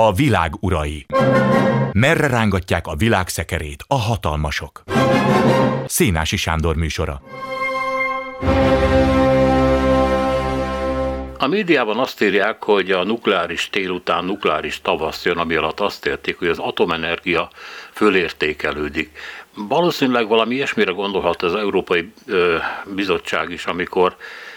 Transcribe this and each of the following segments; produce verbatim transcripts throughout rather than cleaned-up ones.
A világ urai. Merre rángatják a világ szekerét a hatalmasok? Szénási Sándor műsora. A médiában azt írják, hogy a nukleáris tél után nukleáris tavasz jön, ami alatt azt érték, hogy az atomenergia fölértékelődik. Valószínűleg valami ilyesmire gondolhat az Európai Bizottság is, amikor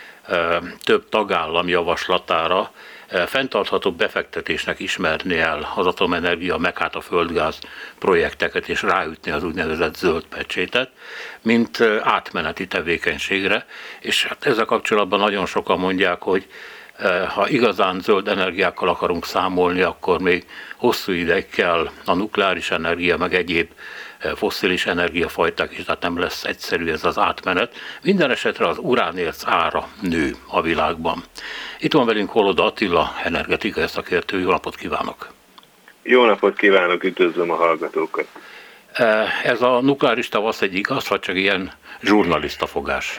több tagállam javaslatára fenntartható befektetésnek ismerni el az atomenergia, meg hát a földgáz projekteket, és ráütni az úgynevezett zöld pecsétet, mint átmeneti tevékenységre. És hát ezzel kapcsolatban nagyon sokan mondják, hogy ha igazán zöld energiákkal akarunk számolni, akkor még hosszú ideig kell a nukleáris energia, meg egyéb fosszilis energiafajták is, tehát nem lesz egyszerű ez az átmenet. Minden esetre az uránérc ára nő a világban. Itt van velünk Holoda Attila, energetikai szakértő. Jó napot kívánok! Jó napot kívánok, üdvözlöm a hallgatókat! Ez a nukleáris tavasz egy igaz, vagy csak ilyen zsurnalista fogás?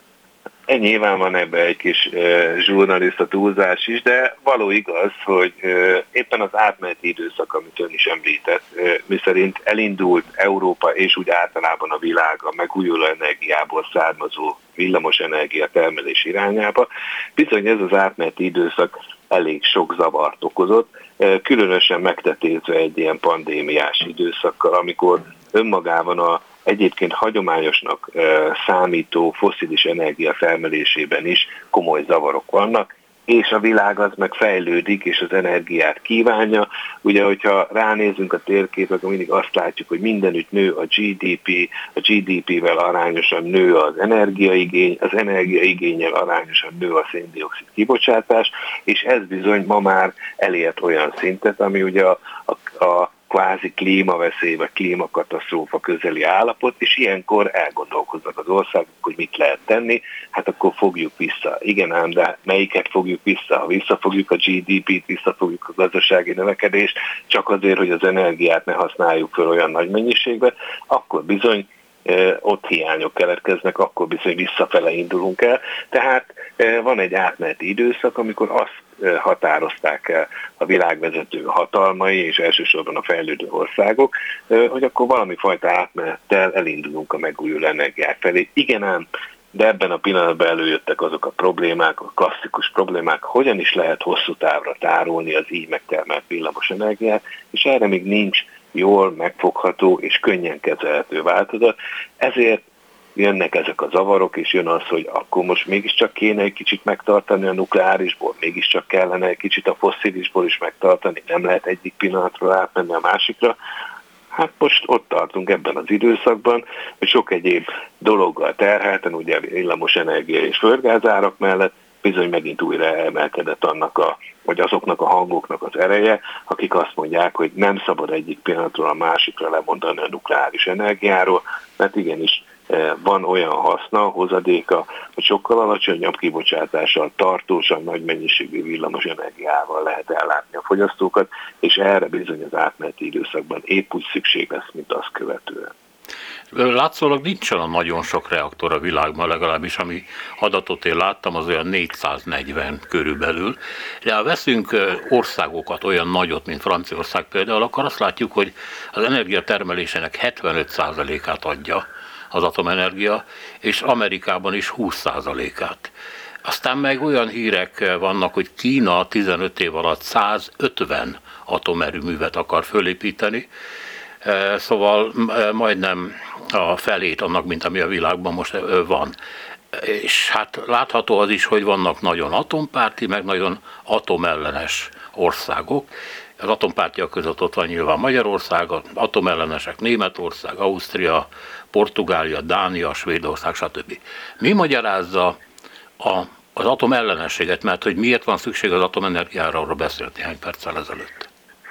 E, nyilván van ebbe egy kis e, zsurnalista túlzás is, de való igaz, hogy e, éppen az átmeneti időszak, amit ön is említett, e, miszerint elindult Európa és úgy általában a világ a megújuló energiából származó villamos energia termelés irányába, bizony ez az átmeneti időszak elég sok zavart okozott, e, különösen megtetézve egy ilyen pandémiás időszakkal, amikor önmagában a egyébként hagyományosnak számító fosszilis energia felmelésében is komoly zavarok vannak, és a világ az meg fejlődik, és az energiát kívánja. Ugye, hogyha ránézünk a térképre, akkor mindig azt látjuk, hogy mindenütt nő a gé dé pé, a gé dé pével arányosan nő az energiaigény, az energiaigénnyel arányosan nő a szén-dioxid kibocsátás, és ez bizony ma már elért olyan szintet, ami ugye a, a, a kvázi klímaveszély vagy klímakatasztrófa közeli állapot, és ilyenkor elgondolkoznak az országok, hogy mit lehet tenni, hát akkor fogjuk vissza. Igen ám, de melyiket fogjuk vissza? Ha visszafogjuk a gé dé pét, visszafogjuk a gazdasági növekedést, csak azért, hogy az energiát ne használjuk fel olyan nagy mennyiségben, akkor bizony ott hiányok keletkeznek, akkor bizony visszafele indulunk el. Tehát van egy átmeneti időszak, amikor azt határozták el a világvezető hatalmai, és elsősorban a fejlődő országok, hogy akkor valami fajta átmenettel elindulunk a megújuló energiák felé. Igen ám, de ebben a pillanatban előjöttek azok a problémák, a klasszikus problémák, hogyan is lehet hosszú távra tárolni az így megtermelt villamos energiát, és erre még nincs jól megfogható és könnyen kezelhető változat. Ezért jönnek ezek a zavarok, és jön az, hogy akkor most mégiscsak kéne egy kicsit megtartani a nukleárisból, mégiscsak kellene egy kicsit a fosszilisból is megtartani, nem lehet egyik pillanatról átmenni a másikra. Hát most ott tartunk ebben az időszakban, hogy sok egyéb dologgal terhelten, ugye villamos energia és földgázárak mellett bizony megint újra emelkedett annak a, vagy azoknak a hangoknak az ereje, akik azt mondják, hogy nem szabad egyik pillanatról a másikra lemondani a nukleáris energiáról, mert igenis van olyan haszna, hozadéka, hogy sokkal alacsonyabb kibocsátással, tartósan nagy mennyiségű villamos energiával lehet ellátni a fogyasztókat, és erre bizony az átmeneti időszakban épp úgy szükség lesz, mint azt követően. Látszólag nincsen a nagyon sok reaktor a világban, legalábbis ami adatot én láttam, az olyan négyszáznegyven körülbelül. De ha veszünk országokat, olyan nagyot, mint Franciaország például, akkor azt látjuk, hogy az energiatermelésének hetvenöt százalékát adja az atomenergia, és Amerikában is húsz százalékát. Aztán meg olyan hírek vannak, hogy Kína tizenöt év alatt százötven atomerőművet akar fölépíteni, szóval majdnem a felét annak, mint ami a világban most van. És hát látható az is, hogy vannak nagyon atompárti, meg nagyon atomellenes országok. Az atompártiak között ott van nyilván Magyarország, az atomellenesek Németország, Ausztria, Portugália, Dánia, Svédország, stb. Mi magyarázza a, az atomellenességet, mert hogy miért van szükség az atomenergiára, arról beszélt néhány perccel ezelőtt.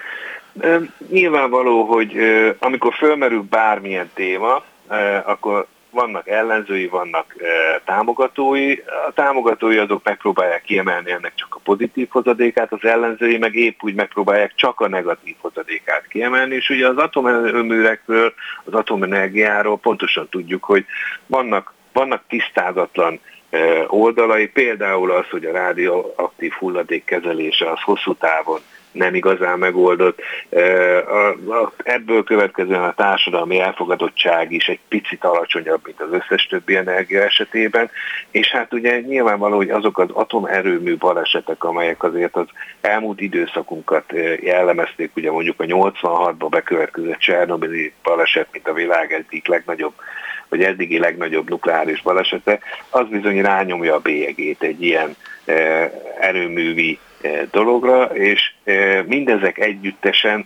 Nyilvánvaló, hogy amikor fölmerül bármilyen téma, akkor vannak ellenzői, vannak támogatói. A támogatói azok megpróbálják kiemelni ennek csak a pozitív hozadékát, az ellenzői meg épp úgy megpróbálják csak a negatív hozadékát kiemelni, és ugye az atomerőművekről, az atomenergiáról pontosan tudjuk, hogy vannak, vannak tisztázatlan oldalai, például az, hogy a rádióaktív hulladék kezelése az hosszú távon nem igazán megoldott. Ebből következően a társadalmi elfogadottság is egy picit alacsonyabb, mint az összes többi energia esetében, és hát ugye nyilvánvaló, hogy azok az atomerőmű balesetek, amelyek azért az elmúlt időszakunkat jellemezték, ugye mondjuk a nyolcvanhatban bekövetkezett Csernobili baleset, mint a világ egyik legnagyobb, vagy eddigi legnagyobb nukleáris balesete, az bizony rányomja a bélyegét egy ilyen erőművi dologra, és mindezek együttesen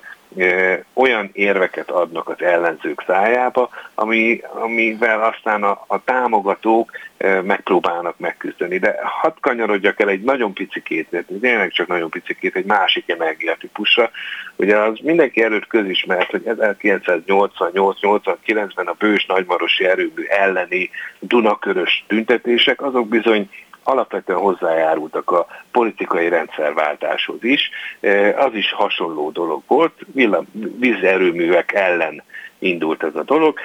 olyan érveket adnak az ellenzők szájába, ami, amivel aztán a, a támogatók megpróbálnak megküzdeni. De hadd kanyarodjak el egy nagyon picikét, tényleg csak nagyon picikét, egy másik energiatípusra. Ugye az mindenki előtt közismert, hogy ezerkilencszáznyolcvannyolc nyolcvankilencben a Bős nagymarosi erőmű elleni Dunakörös tüntetések, azok bizony alapvetően hozzájárultak a politikai rendszerváltáshoz is. Az is hasonló dolog volt, vízerőművek ellen indult ez a dolog,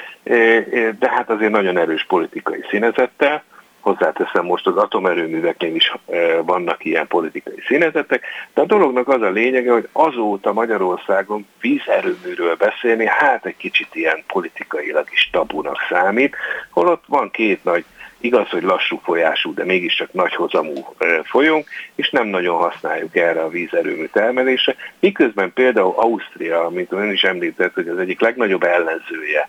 de hát azért nagyon erős politikai színezettel. Hozzáteszem, most az atomerőműveknél is vannak ilyen politikai színezetek, de a dolognak az a lényege, hogy azóta Magyarországon vízerőműről beszélni, hát egy kicsit ilyen politikailag is tabunak számít, holott van két nagy, igaz, hogy lassú folyású, de mégiscsak nagyhozamú folyónk, és nem nagyon használjuk erre a vízerőmű termelésre. Miközben például Ausztria, mint ön is említett, hogy az egyik legnagyobb ellenzője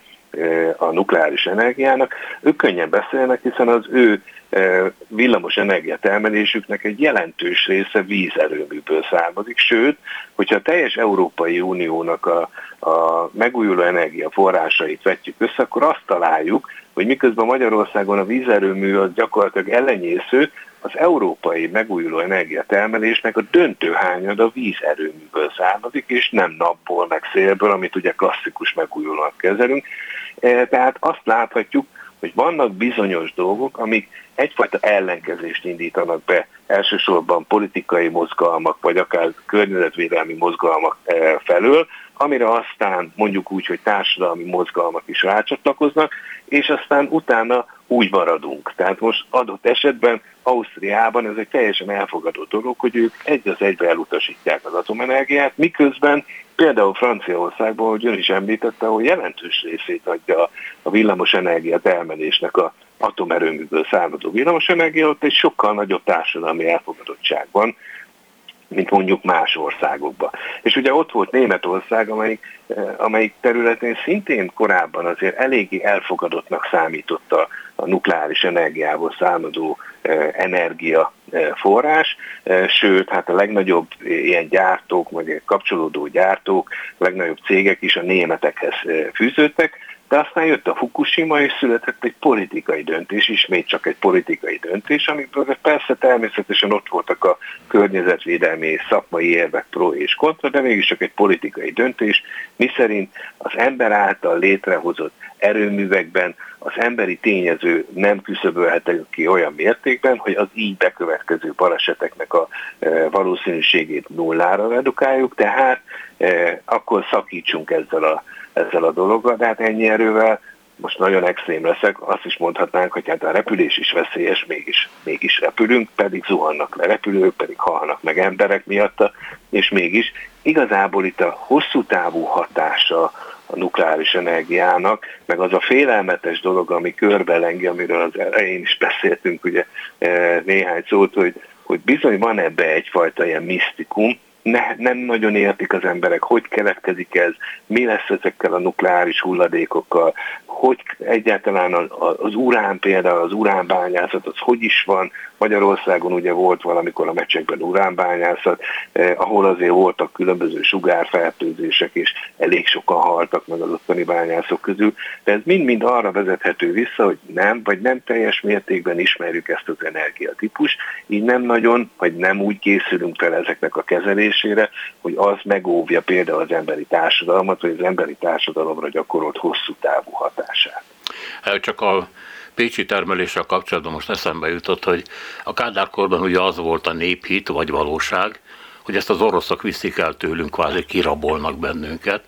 a nukleáris energiának, ők könnyen beszélnek, hiszen az ő villamos energiatermelésüknek egy jelentős része vízerőműből származik, sőt, hogyha a teljes Európai Uniónak a, a megújuló energiaforrásait vetjük össze, akkor azt találjuk, hogy miközben Magyarországon a vízerőmű az gyakorlatilag ellenyésző, az európai megújuló energiatermelésnek a döntő hányada vízerőműből származik, és nem napból, meg szélből, amit ugye klasszikus megújulónak kezelünk. Tehát azt láthatjuk, hogy vannak bizonyos dolgok, amik egyfajta ellenkezést indítanak be, elsősorban politikai mozgalmak, vagy akár környezetvédelmi mozgalmak felől, amire aztán mondjuk úgy, hogy társadalmi mozgalmak is rácsatlakoznak, és aztán utána úgy maradunk. Tehát most adott esetben Ausztriában ez egy teljesen elfogadott dolog, hogy ők egy az egybe elutasítják az atomenergiát, miközben például Franciaországban, hogy ön is említette, hogy jelentős részét adja a villamos energia termelésnek a atomerőműből származó villamosenergia, ott egy sokkal nagyobb társadalmi elfogadottság van, mint mondjuk más országokban. És ugye ott volt Németország, amelyik, amelyik területén szintén korábban azért eléggé elfogadottnak számított a, a nukleáris energiából származó energiaforrás, sőt, hát a legnagyobb ilyen gyártók, vagy kapcsolódó gyártók, a legnagyobb cégek is a németekhez fűződtek, de aztán jött a Fukushima, és született egy politikai döntés, ismét csak egy politikai döntés, amikor persze természetesen ott voltak a környezetvédelmi és szakmai érvek pro és kontra, de mégis csak egy politikai döntés, miszerint az ember által létrehozott erőművekben az emberi tényező nem küszöbölhető ki olyan mértékben, hogy az így bekövetkező baleseteknek a valószínűségét nullára redukáljuk, tehát akkor szakítsunk ezzel a ezzel a dologgal, de hát ennyi erővel, most nagyon extrém leszek, azt is mondhatnánk, hogy hát a repülés is veszélyes, mégis, mégis repülünk, pedig zuhannak le repülők, pedig halnak meg emberek miatta, és mégis igazából itt a hosszú távú hatása a nukleáris energiának, meg az a félelmetes dolog, ami körbelengi, amiről az elején is beszéltünk ugye néhány szót, hogy, hogy bizony van ebbe egyfajta ilyen misztikum, Ne, nem nagyon értik az emberek, hogy keletkezik ez, mi lesz ezekkel a nukleáris hulladékokkal, hogy egyáltalán az urán, például az uránbányászat, az hogy is van. Magyarországon ugye volt valamikor a Mecsekben uránbányászat, eh, ahol azért voltak különböző sugárfertőzések, és elég sokan haltak meg az ottani bányászok közül, de ez mind-mind arra vezethető vissza, hogy nem, vagy nem teljes mértékben ismerjük ezt az energiatípust, így nem nagyon, vagy nem úgy készülünk fel ezeknek a kezelésére, hogy az megóvja például az emberi társadalmat, vagy az emberi társadalomra gyakorolt hosszú távú hatását. Csak a pécsi termeléssel kapcsolatban most eszembe jutott, hogy a Kádár-korban ugye az volt a néphit, vagy valóság, hogy ezt az oroszok viszik el tőlünk, kvázi kirabolnak bennünket,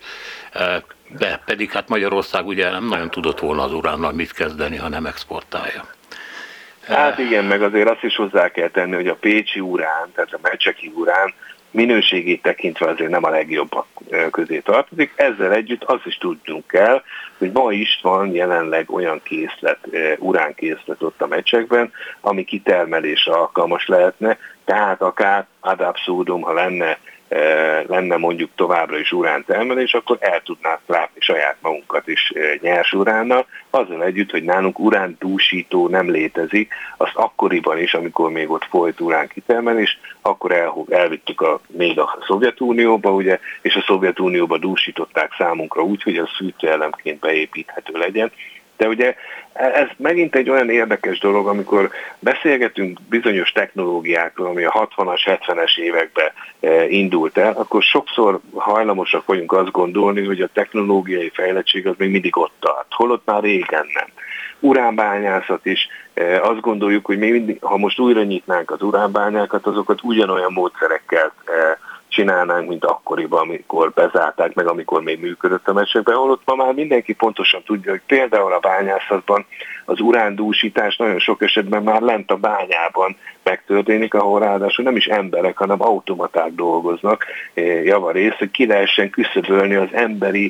de pedig hát Magyarország ugye nem nagyon tudott volna az uránnal mit kezdeni, ha nem exportálja. Hát igen, meg azért azt is hozzá kell tenni, hogy a pécsi urán, tehát a mecseki urán minőségét tekintve azért nem a legjobbak közé tartozik. Ezzel együtt azt is tudnunk kell, hogy ma is van jelenleg olyan készlet, uránkészlet ott a mecsekben, ami kitermelésre alkalmas lehetne, tehát akár ad absurdum, ha lenne lenne mondjuk továbbra is urántermelés, akkor el tudnánk látni saját magunkat is nyers uránnal, azzal együtt, hogy nálunk urándúsító nem létezik, azt akkoriban is, amikor még ott folyt urán kitermelés, akkor el, elvittük a, még a Szovjetunióba, ugye, és a Szovjetunióba dúsították számunkra úgy, hogy az fűtőelemként beépíthető legyen. De ugye ez megint egy olyan érdekes dolog, amikor beszélgetünk bizonyos technológiákról, ami a hatvanas, hetvenes években indult el, akkor sokszor hajlamosak vagyunk azt gondolni, hogy a technológiai fejlettség az még mindig ott tart, holott már régen nem. Uránbányászat is, azt gondoljuk, hogy még mindig, ha most újra nyitnánk az uránbányákat, azokat ugyanolyan módszerekkel csinálnánk, mint akkoriban, amikor bezárták meg, amikor még működött a mecsekben, holott ma már mindenki pontosan tudja, hogy például a bányászatban az urándúsítás nagyon sok esetben már lent a bányában megtörténik, ahol ráadásul nem is emberek, hanem automaták dolgoznak javarészt, hogy ki lehessen küszöbölni az emberi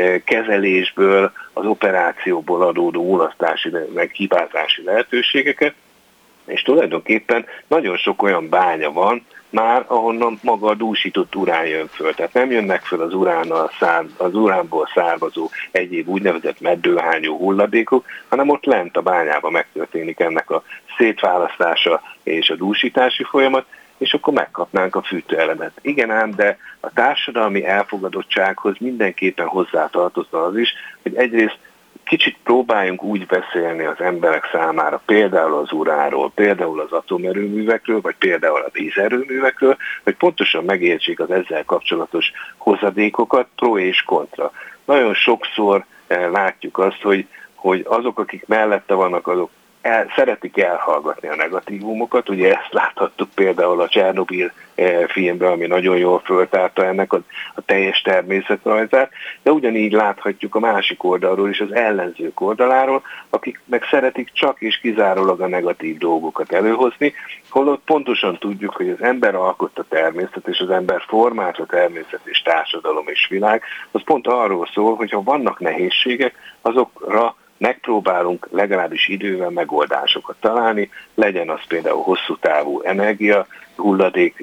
kezelésből, az operációból adódó mulasztási, meg hibázási lehetőségeket, és tulajdonképpen nagyon sok olyan bánya van, már ahonnan maga a dúsított urán jön föl. Tehát nem jönnek föl az, uránnal szár, az uránból származó egyéb úgynevezett meddőhányú hulladékok, hanem ott lent a bányában megtörténik ennek a szétválasztása és a dúsítási folyamat, és akkor megkapnánk a fűtőelemet. Igen ám, de a társadalmi elfogadottsághoz mindenképpen hozzátartozna az is, hogy egyrészt kicsit próbáljunk úgy beszélni az emberek számára, például az uránról, például az atomerőművekről, vagy például a vízerőművekről, hogy pontosan megértsék az ezzel kapcsolatos hozadékokat, pro és kontra. Nagyon sokszor látjuk azt, hogy, hogy azok, akik mellette vannak, azok el, szeretik elhallgatni a negatívumokat. Ugye ezt láthattuk például a Csernobil filmben, ami nagyon jól föltárta ennek a, a teljes természetrajzát, de ugyanígy láthatjuk a másik oldalról is, az ellenzők oldaláról, akik meg szeretik csak és kizárólag a negatív dolgokat előhozni, holott pontosan tudjuk, hogy az ember alkotta természet, és az ember formált a természet és társadalom és világ, az pont arról szól, hogy ha vannak nehézségek, azokra megpróbálunk legalábbis idővel megoldásokat találni, legyen az például hosszú távú energia, hulladék,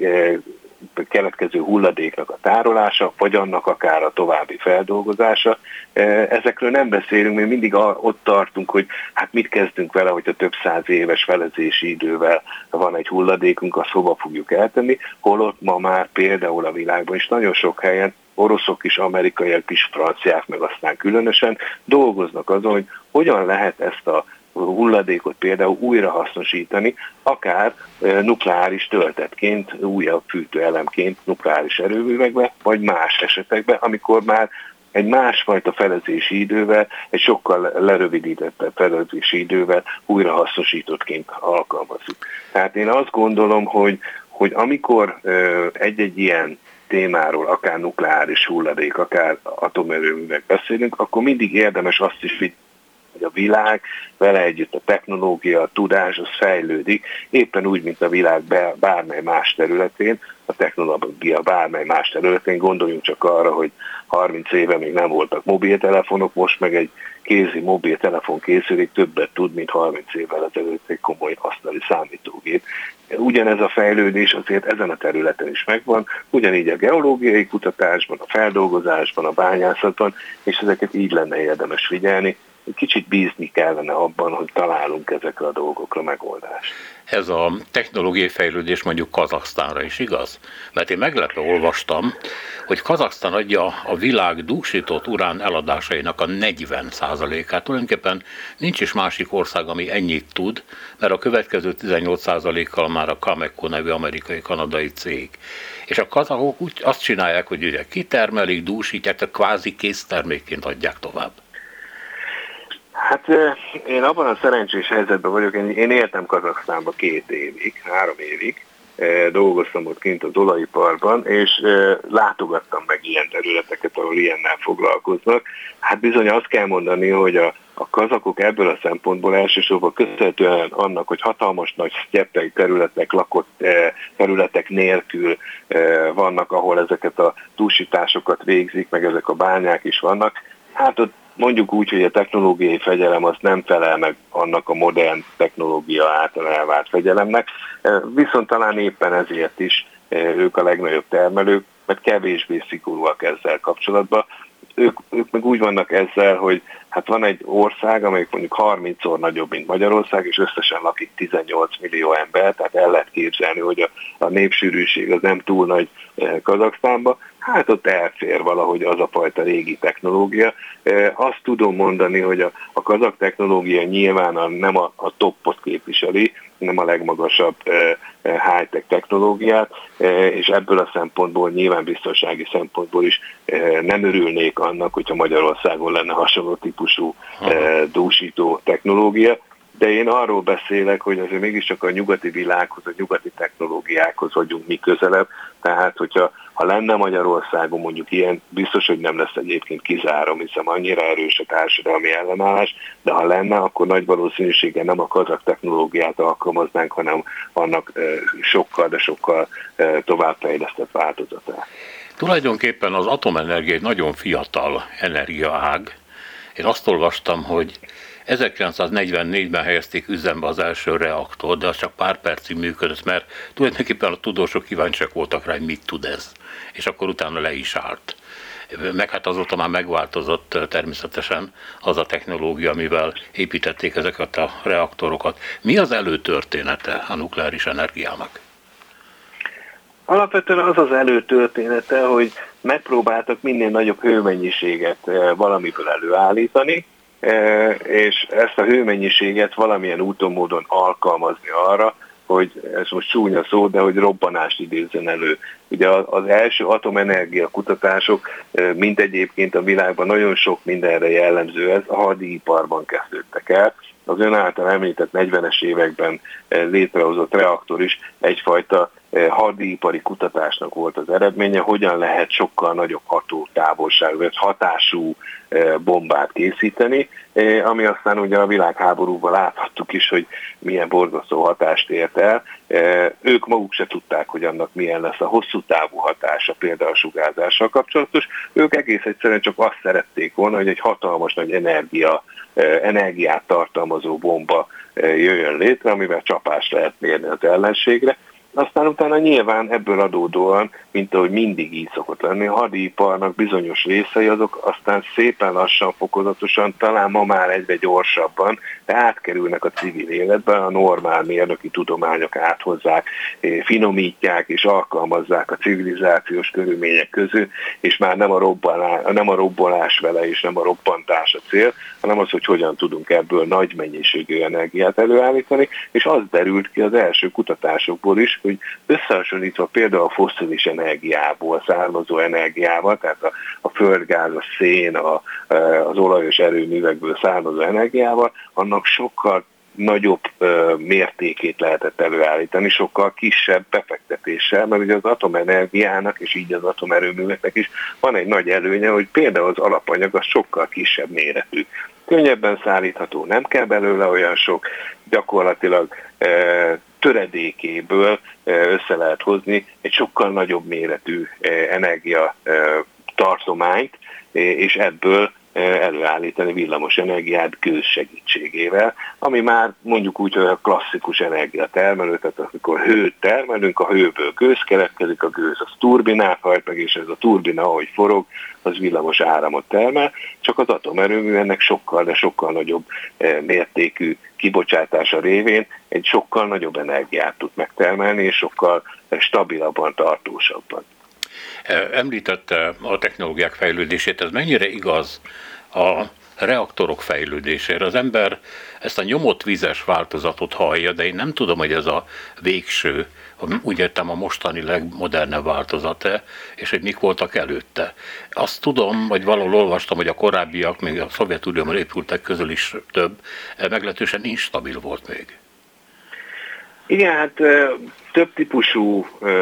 keletkező hulladéknak a tárolása, vagy annak akár a további feldolgozása. Ezekről nem beszélünk, még mindig ott tartunk, hogy hát mit kezdünk vele, hogyha több száz éves felezési idővel van egy hulladékunk, azt hova fogjuk eltenni, holott ma már például a világban is nagyon sok helyen oroszok is, amerikaiak is, franciák meg aztán különösen dolgoznak azon, hogy hogyan lehet ezt a hulladékot például újrahasznosítani, akár nukleáris töltetként, újabb fűtőelemként nukleáris erőművekbe, vagy más esetekben, amikor már egy másfajta felezési idővel, egy sokkal lerövidítettebb felezési idővel újrahasznosítottként alkalmazzuk. Tehát én azt gondolom, hogy, hogy amikor egy-egy ilyen témáról, akár nukleáris hulladék, akár atomerőművek beszélünk, akkor mindig érdemes azt is figyelni, hogy a világ, vele együtt a technológia, a tudás, az fejlődik, éppen úgy, mint a világ bármely más területén, a technológia bármely más területén, gondoljunk csak arra, hogy harminc éve még nem voltak mobiltelefonok, most meg egy kézi mobiltelefon készülék többet tud, mint harminc évvel ezelőtt egy komoly asztali számítógép. Ugyanez a fejlődés azért ezen a területen is megvan, ugyanígy a geológiai kutatásban, a feldolgozásban, a bányászatban, és ezeket így lenne érdemes figyelni. Kicsit bízni kellene abban, hogy találunk ezekre a dolgokra megoldást. Ez a technológiai fejlődés mondjuk Kazaksztánra is igaz? Mert én meglepve olvastam, hogy Kazaksztán adja a világ dúsított urán eladásainak a negyven százalékát. Tulajdonképpen nincs is másik ország, ami ennyit tud, mert a következő tizennyolc százalékkal már a Cameco nevű amerikai-kanadai cég. És a kazakok úgy azt csinálják, hogy ugye kitermelik, dúsítják, tehát kvázi késztermékként adják tovább. Hát én abban a szerencsés helyzetben vagyok, én, én éltem Kazaksztánba két évig, három évig, dolgoztam ott kint az olajiparban, és látogattam meg ilyen területeket, ahol ilyennel foglalkoznak. Hát bizony azt kell mondani, hogy a, a kazakok ebből a szempontból elsősorban köszönhetően annak, hogy hatalmas nagy sztyeppei területek, lakott területek nélkül vannak, ahol ezeket a dúsításokat végzik, meg ezek a bányák is vannak. Hát ott mondjuk úgy, hogy a technológiai fegyelem az nem felel meg annak a modern technológia által elvárt fegyelemnek, viszont talán éppen ezért is ők a legnagyobb termelők, mert kevésbé szigorúak ezzel kapcsolatban. Ők, ők meg úgy vannak ezzel, hogy hát van egy ország, amelyik mondjuk harmincszor nagyobb, mint Magyarország, és összesen lakik tizennyolc millió ember, tehát el lehet képzelni, hogy a, a népsűrűség az nem túl nagy Kazaksztánban. Hát ott elfér valahogy az a fajta régi technológia. Azt tudom mondani, hogy a, a kazak technológia nyilván a, nem a, a toppot képviseli, nem a legmagasabb high-tech technológiát, és ebből a szempontból, nyilván biztonsági szempontból is nem örülnék annak, hogyha Magyarországon lenne hasonló típusú dúsító technológia. De én arról beszélek, hogy azért mégiscsak a nyugati világhoz, a nyugati technológiákhoz vagyunk mi közelebb, tehát hogyha ha lenne Magyarországon mondjuk ilyen, biztos, hogy nem lesz egyébként kizárom, hiszen annyira erős a társadalmi ellenállás, de ha lenne, akkor nagy valószínűséggel nem a kazak technológiát alkalmaznánk, hanem annak sokkal, de sokkal továbbfejlesztett változatát. Tulajdonképpen az atomenergia egy nagyon fiatal energiaág. Én azt olvastam, hogy ezerkilencszáznegyvennégyben helyezték üzembe az első reaktort, de az csak pár percig működött, mert tulajdonképpen a tudósok kíváncsiak voltak rá, hogy mit tud ez. És akkor utána le is állt. Meg hát azóta már megváltozott természetesen az a technológia, amivel építették ezeket a reaktorokat. Mi az előtörténete a nukleáris energiának? Alapvetően az az előtörténete, hogy megpróbáltak minél nagyobb hőmennyiséget valamiből előállítani, és ezt a hőmennyiséget valamilyen úton, módon alkalmazni arra, hogy ez most csúnya szó, de hogy robbanást idézzen elő. Ugye az első atomenergia kutatások, mint egyébként a világban nagyon sok mindenre jellemző ez, a hadiiparban kezdődtek el. Az ön által említett negyvenes években létrehozott reaktor is egyfajta hadipari kutatásnak volt az eredménye, hogyan lehet sokkal nagyobb hatótávolságú, vagy hatású bombát készíteni, ami aztán ugye a világháborúban láthattuk is, hogy milyen borzasztó hatást ért el. Ők maguk se tudták, hogy annak milyen lesz a hosszú távú hatása, például a sugárzással kapcsolatos. Ők egész egyszerűen csak azt szerették volna, hogy egy hatalmas nagy energia, energiát tartalmazó bomba jöjjön létre, amivel csapást lehet mérni az ellenségre. Aztán utána nyilván ebből adódóan, mint ahogy mindig így szokott lenni, a hadiiparnak bizonyos részei azok aztán szépen lassan, fokozatosan, talán ma már egyre gyorsabban, de átkerülnek a civil életbe, a normál mérnöki tudományok áthozzák, finomítják és alkalmazzák a civilizációs körülmények közül, és már nem a, robbanás, nem a robbanás vele és nem a robbantás a cél, hanem az, hogy hogyan tudunk ebből nagy mennyiségű energiát előállítani, és az derült ki az első kutatásokból is, hogy összehasonlítva például a fosszilis energiából származó energiával, tehát a, a földgáz, a szén, a, az olajos erőművekből származó energiával, annak sokkal nagyobb ö, mértékét lehetett előállítani, sokkal kisebb befektetéssel, mert ugye az atomenergiának és így az atomerőműveknek is van egy nagy előnye, hogy például az alapanyag az sokkal kisebb méretű. Könnyebben szállítható, nem kell belőle olyan sok, gyakorlatilag e, töredékéből e, össze lehet hozni egy sokkal nagyobb méretű e, energia e, tartományt, e, és ebből előállítani villamos energiát gőz segítségével, ami már mondjuk úgy, hogy a klasszikus energiatermelő, tehát amikor hőt termelünk, a hőből gőz keletkezik, a gőz az turbinát hajt meg, és ez a turbina, ahogy forog, az villamos áramot termel, csak az atomerőmű ennek sokkal, de sokkal nagyobb mértékű kibocsátása révén egy sokkal nagyobb energiát tud megtermelni, és sokkal stabilabban, tartósabban. Említette a technológiák fejlődését, ez mennyire igaz a reaktorok fejlődésére? Az ember ezt a nyomott vizes változatot hallja, de én nem tudom, hogy ez a végső, úgy értem a mostani legmodernebb változata, és hogy mik voltak előtte. Azt tudom, vagy valahol olvastam, hogy a korábbiak, még a Szovjetunióban épültek közül is több, meglehetősen instabil volt még. Igen, hát több típusú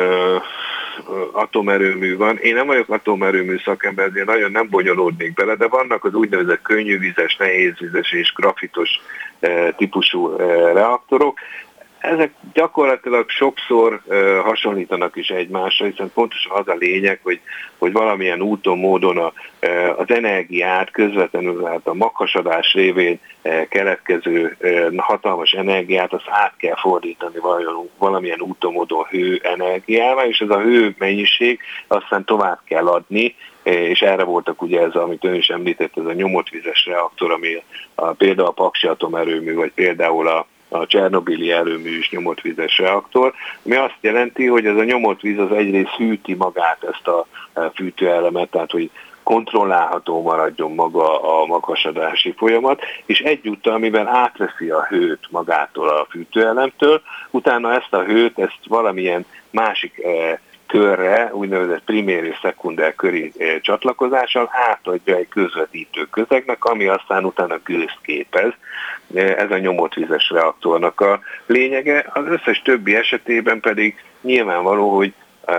atomerőmű van. Én nem vagyok atomerőmű szakember, de nagyon nem bonyolódnék bele, de vannak az úgynevezett könnyűvizes, nehézvizes és grafitos típusú reaktorok. Ezek gyakorlatilag sokszor uh, hasonlítanak is egymásra, hiszen pontosan az a lényeg, hogy, hogy valamilyen úton, módon a, uh, az energiát közvetlenül, hát a maghasadás révén uh, keletkező uh, hatalmas energiát, azt át kell fordítani valamilyen, valamilyen úton, módon hőenergiává, és ez a hő mennyiség aztán tovább kell adni, és erre voltak ugye ez, amit ön is említett, ez a nyomotvizes reaktor, ami a, például a Paksi atomerőmű, vagy például a a Csernobili erőmű is nyomotvizes reaktor, ami azt jelenti, hogy ez a nyomottvíz az egyrészt hűti magát ezt a fűtőelemet, tehát hogy kontrollálható maradjon maga a maghasadási folyamat, és egyúttal, mivel átveszi a hőt magától a fűtőelemtől, utána ezt a hőt, ezt valamilyen másik körre, úgynevezett primér és szekunder köri csatlakozással átadja egy közvetítő közegnek, ami aztán utána gőzt képez. Ez a nyomotvizes reaktornak a lényege. Az összes többi esetében pedig nyilvánvaló, hogy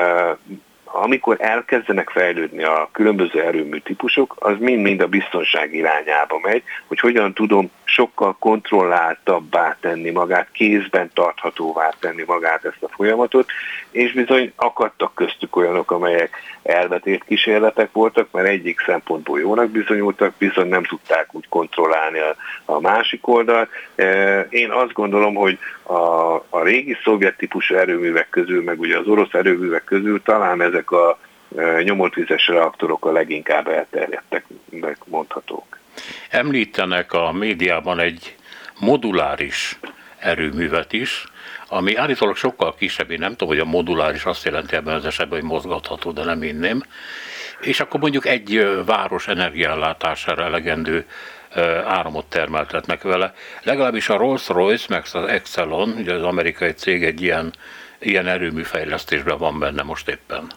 amikor elkezdenek fejlődni a különböző erőmű típusok, az mind-mind a biztonság irányába megy, hogy hogyan tudom sokkal kontrolláltabbá tenni magát, kézben tarthatóvá tenni magát ezt a folyamatot, és bizony akadtak köztük olyanok, amelyek elvetett kísérletek voltak, mert egyik szempontból jónak bizonyultak, bizony nem tudták úgy kontrollálni a, a másik oldalt. Én azt gondolom, hogy a, a régi szovjet típusú erőművek közül, meg ugye az orosz erőművek közül talán ezek a nyomotvizes reaktorok a leginkább elterjedtek, mondhatók. Említenek a médiában egy moduláris erőművet is, ami állítólag sokkal kisebb, én nem tudom, hogy a moduláris azt jelenti ebben az esetben, hogy mozgatható, de nem inném. És akkor mondjuk egy város energiállátására elegendő áramot termeltetnek vele. Legalábbis a Rolls-Royce, meg az Exelon, ugye az amerikai cég egy ilyen, ilyen erőműfejlesztésben van benne most éppen.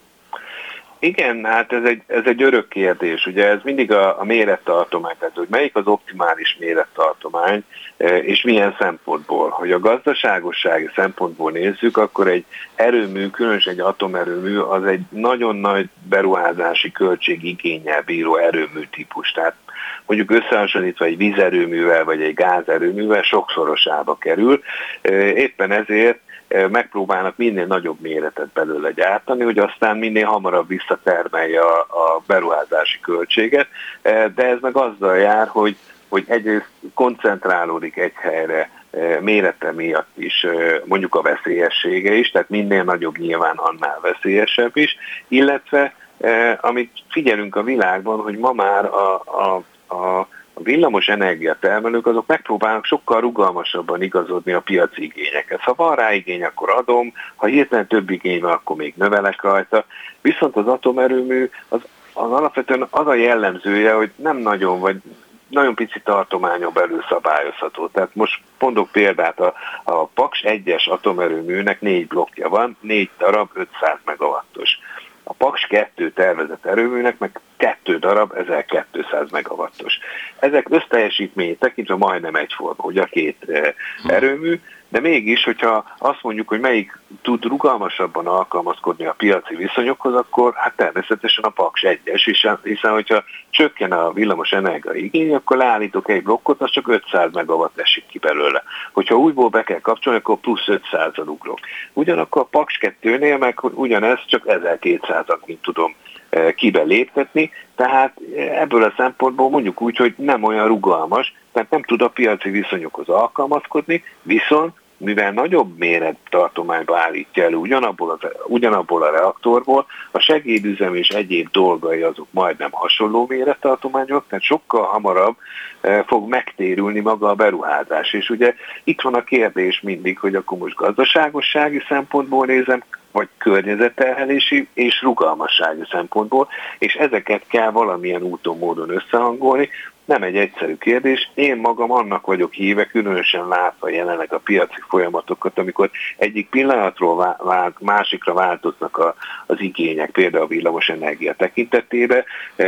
Igen, hát ez egy, ez egy örök kérdés. Ugye ez mindig a, a mérettartomány, tehát hogy melyik az optimális mérettartomány, és milyen szempontból. Hogy a gazdaságossági szempontból nézzük, akkor egy erőmű, különösen egy atomerőmű, az egy nagyon nagy beruházási költségigénnyel bíró erőmű típus. Tehát mondjuk összehasonlítva egy vízerőművel, vagy egy gázerőművel sokszorosába kerül. Éppen ezért megpróbálnak minél nagyobb méretet belőle gyártani, hogy aztán minél hamarabb visszatermelje a, a beruházási költséget, de ez meg azzal jár, hogy, hogy egyrészt koncentrálódik egy helyre mérete miatt is, mondjuk a veszélyessége is, tehát minél nagyobb nyilván annál veszélyesebb is, illetve amit figyelünk a világban, hogy ma már a, a, a A villamos energiatermelők azok megpróbálnak sokkal rugalmasabban igazodni a piaci igényekhez. Ha van rá igény, akkor adom, ha hirtelen több igény van, akkor még növelek rajta. Viszont az atomerőmű az, az alapvetően az a jellemzője, hogy nem nagyon, vagy nagyon pici tartományon belül szabályozható. Tehát most mondok példát, a, a Paks egyes atomerőműnek négy blokkja van, négy darab ötszáz megawattos. A Paks kettő tervezett erőműnek meg kettő darab ezerkétszáz megawattos. Ezek összteljesítményt tekintve majdnem egyforma, ugye a két erőmű, de mégis, hogyha azt mondjuk, hogy melyik tud rugalmasabban alkalmazkodni a piaci viszonyokhoz, akkor hát természetesen a Paks egyes, hiszen hogyha csökken a villamos energia igény, akkor leállítok egy blokkot, az csak ötszáz megawatt esik ki belőle. Hogyha újból be kell kapcsolni, akkor plusz ötszázzal ugrok. Ugyanakkor a Paks kettőnél meg ugyanez csak ezerkétszázat tudom kibeléptetni, tehát ebből a szempontból mondjuk úgy, hogy nem olyan rugalmas, tehát nem tud a piaci viszonyokhoz alkalmazkodni, viszont mivel nagyobb mérettartományba állítja elő ugyanabból, az, ugyanabból a reaktorból, a segédüzem és egyéb dolgai azok majdnem hasonló mérettartományok, tehát sokkal hamarabb fog megtérülni maga a beruházás. És ugye itt van a kérdés mindig, hogy akkor most gazdaságossági szempontból nézem, vagy környezetterhelési és rugalmassági szempontból, és ezeket kell valamilyen úton, módon összehangolni. Nem egy egyszerű kérdés. Én magam annak vagyok híve, különösen látva jelenleg a piaci folyamatokat, amikor egyik pillanatról vá- másikra változnak a, az igények, például a villamos energia tekintetében.